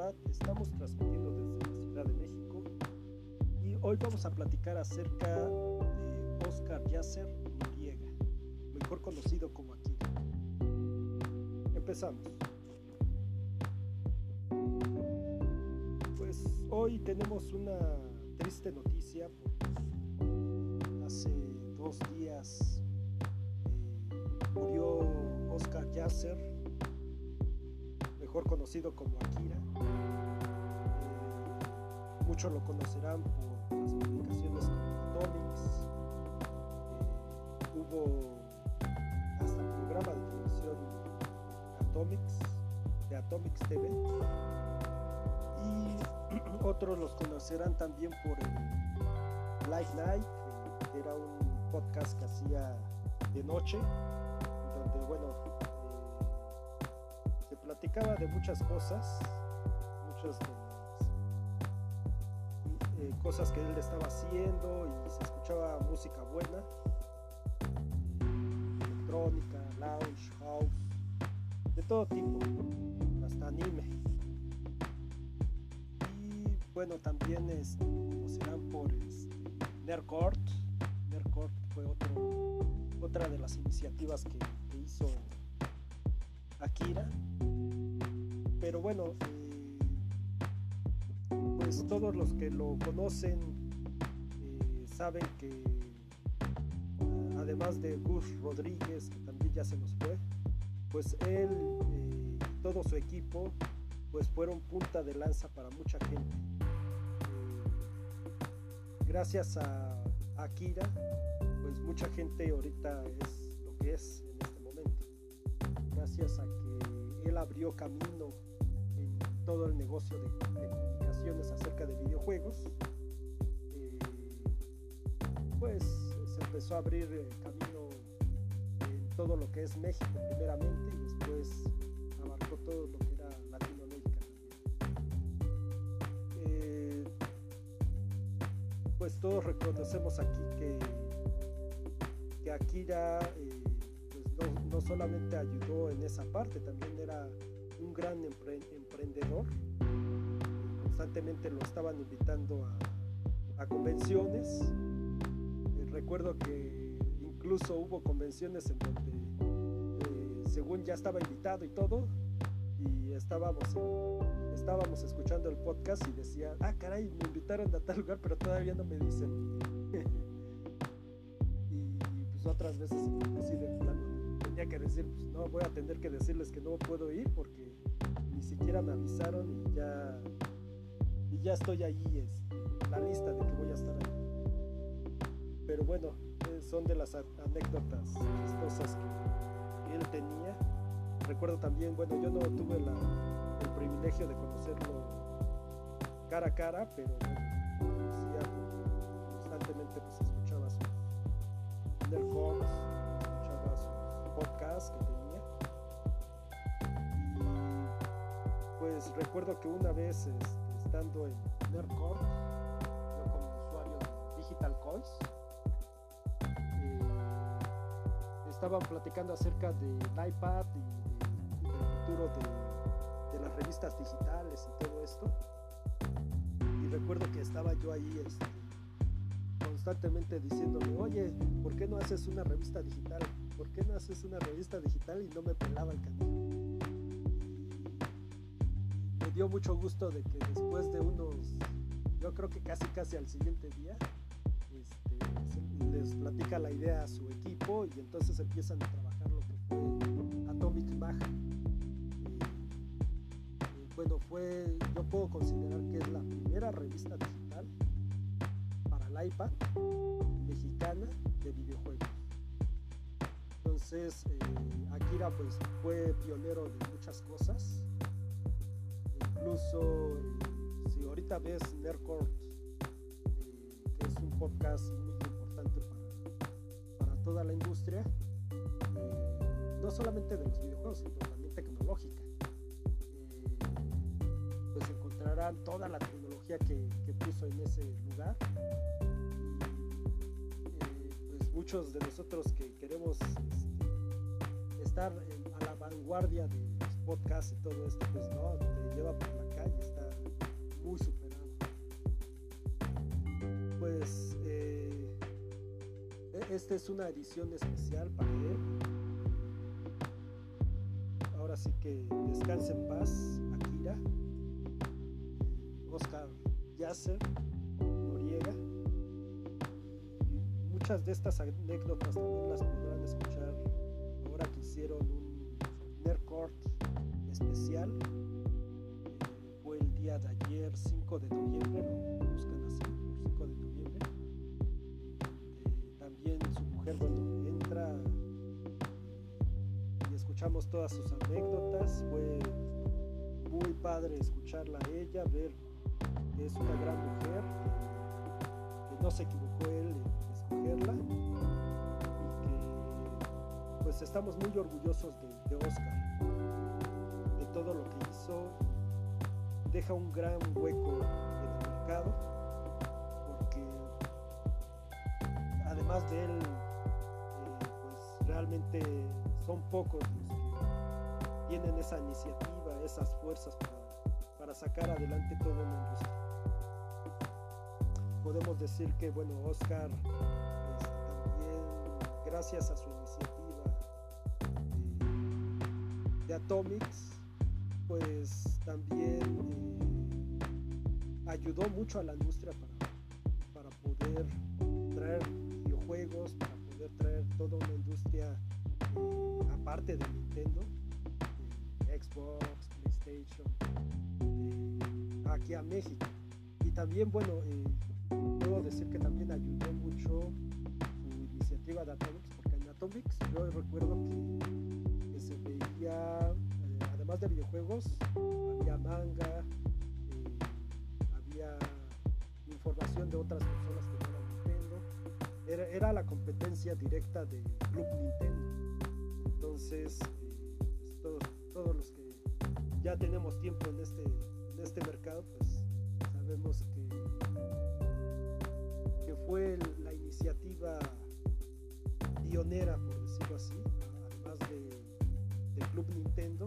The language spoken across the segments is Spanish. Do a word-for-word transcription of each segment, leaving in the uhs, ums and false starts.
iPad. Estamos transmitiendo desde la Ciudad de México y hoy vamos a platicar acerca de Oscar Yasser Noriega, mejor conocido como Akira. Empezamos. Pues hoy tenemos una triste noticia porque hace dos días eh, murió Oscar Yasser, mejor conocido como Akira. Eh, muchos lo conocerán por las publicaciones como Atomics. Eh, hubo hasta programa de televisión Atomics, de Atomics T V. Y otros los conocerán también por el Live Night, que era un podcast que hacía de noche, donde, bueno, eh, se platicaba de muchas cosas, muchas de las eh, cosas que él estaba haciendo, y se escuchaba música buena, eh, electrónica, lounge, house, de todo tipo, hasta anime. Y bueno, también este, conocerán por este, Nerdcore. Nerdcore fue otro, otra de las iniciativas que, que hizo Akira. Pero bueno, eh, pues todos los que lo conocen eh, saben que además de Gus Rodríguez, que también ya se nos fue, pues él eh, y todo su equipo pues fueron punta de lanza para mucha gente. Eh, gracias a Akira, pues mucha gente ahorita es lo que es en este momento, gracias a que él abrió camino en todo el negocio de, de comunicaciones acerca de videojuegos. Eh, pues se empezó a abrir eh, camino en todo lo que es México primeramente, y después abarcó todo lo que era Latinoamérica también. Eh, pues todos reconocemos aquí que, que Akira eh, pues no, no solamente ayudó en esa parte, también era un gran empre emprendedor. Constantemente lo estaban invitando a, a convenciones. Eh, recuerdo que incluso hubo convenciones en donde eh, según ya estaba invitado y todo, y estábamos, estábamos escuchando el podcast y decía, ah caray, me invitaron a tal lugar pero todavía no me dicen. Y pues otras veces así de plano tenía que decir, pues no, voy a tener que decirles que no puedo ir porque ni siquiera me avisaron, y ya y ya estoy ahí este, en la lista de que voy a estar ahí. Pero bueno, eh, son de las anécdotas chistosas que, que él tenía. Recuerdo también, bueno, yo no tuve la, el privilegio de conocerlo cara a cara, pero bueno, conocía, constantemente pues escuchaba sus nerdcore, escuchaba sus podcasts que tenía. Y pues recuerdo que una vez este, estando en Nerdcore, yo como usuario de Digital Coins, eh, estaban platicando acerca del iPad y de, del futuro de, de las revistas digitales y todo esto. Y recuerdo que estaba yo ahí este, constantemente diciéndole, oye, ¿por qué no haces una revista digital? ¿Por qué no haces una revista digital? Y no me pelaba el camino. Me dio mucho gusto de que después de unos, yo creo que casi casi al siguiente día, este, les platica la idea a su equipo, y entonces empiezan a trabajar lo que fue Atomic Mag. Eh, bueno, fue, yo puedo considerar que es la primera revista digital para el iPad mexicana de videojuegos. Entonces eh, Akira pues fue pionero de muchas cosas. Incluso eh, si ahorita ves Nerdcore, eh, que es un podcast muy importante para, para toda la industria, eh, no solamente de los videojuegos, sino también tecnológica, eh, pues encontrarán toda la tecnología que, que puso en ese lugar. Y, eh, pues muchos de nosotros que queremos este, estar en, a la vanguardia de los podcast y todo esto, pues no, te lleva por la calle, está muy superado. Pues eh, esta es una edición especial para él. Ahora sí que descanse en paz, Akira, Oscar Yasser Noriega. Muchas de estas anécdotas también las podrán escuchar ahora que hicieron un Nerdcore especial. Eh, fue el día de ayer, cinco de noviembre, lo buscan así, por cinco de noviembre. Eh, también su mujer, bueno, entra y escuchamos todas sus anécdotas. Fue muy padre escucharla a ella, ver que es una gran mujer, que, que no se equivocó él en escogerla, y que pues estamos muy orgullosos de, de Oscar, de todo lo que hizo. Deja un gran hueco en el mercado, porque además de él, eh, pues realmente son pocos los que tienen esa iniciativa, esas fuerzas para, para sacar adelante toda una industria. Podemos decir que, bueno, Oscar, pues, también gracias a su iniciativa de, de Atomics, pues también eh, ayudó mucho a la industria para, para poder traer videojuegos, para poder traer toda una industria eh, aparte de Nintendo, eh, Xbox, PlayStation, eh, aquí a México. Y también, bueno, eh, puedo decir que también ayudó mucho su iniciativa de Atomics, porque en Atomics yo recuerdo que, que se veía, eh, además de videojuegos, había manga, eh, había información de otras personas que no eran Nintendo. Era, era la competencia directa de Club Nintendo. Entonces, eh, pues todos, todos los que ya tenemos tiempo en este, en este mercado, pues sabemos que que fue la iniciativa pionera, por decirlo así, además de, de Club Nintendo,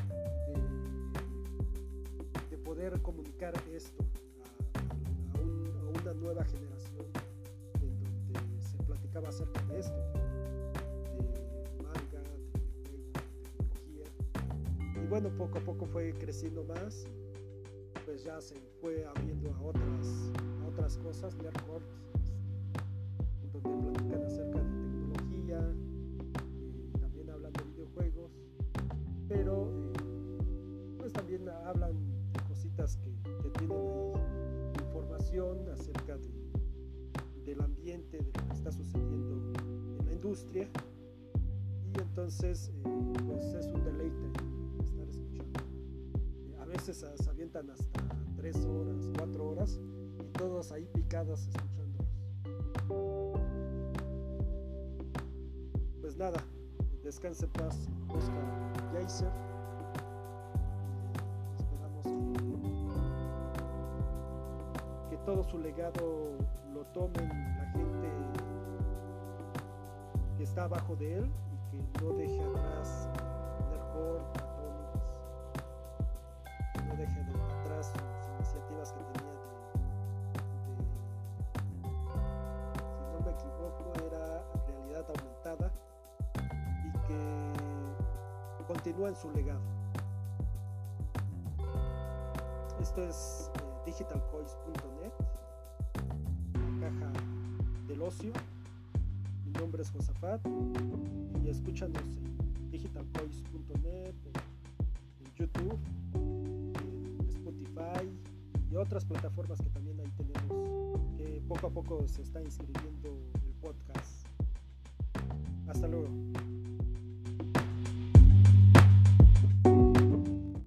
de, de poder comunicar esto a, a, un, a una nueva generación, en donde se platicaba acerca de esto, de manga, de videojuegos, de tecnología. Y bueno, poco a poco fue creciendo más, pues ya se fue abriendo a otras, a otras cosas, Nerdcore, donde platican acerca de tecnología, eh, también hablan de videojuegos, pero eh, pues también hablan de cositas que, que tienen ahí información acerca de, del ambiente, de lo que está sucediendo en la industria, y entonces eh, pues es un deleite estar escuchando. Eh, a veces se avientan hasta tres horas, cuatro horas, y todos ahí picados escuchándolos. Pues nada, descanse en paz, Oscar Yasser. Esperamos que, que todo su legado lo tomen la gente que está abajo de él, y que no deje atrás Nerdcore, Atomics, que no deje de atrás sus iniciativas que tenía de, de, si no me equivoco, era realidad aumentada, que continúa en su legado. Esto es eh, digital coins punto net, la caja del ocio. Mi nombre es Josafat, y escúchanos en digital coins punto net, en, en YouTube, en Spotify y otras plataformas que también ahí tenemos, que poco a poco se está inscribiendo el podcast. Hasta luego.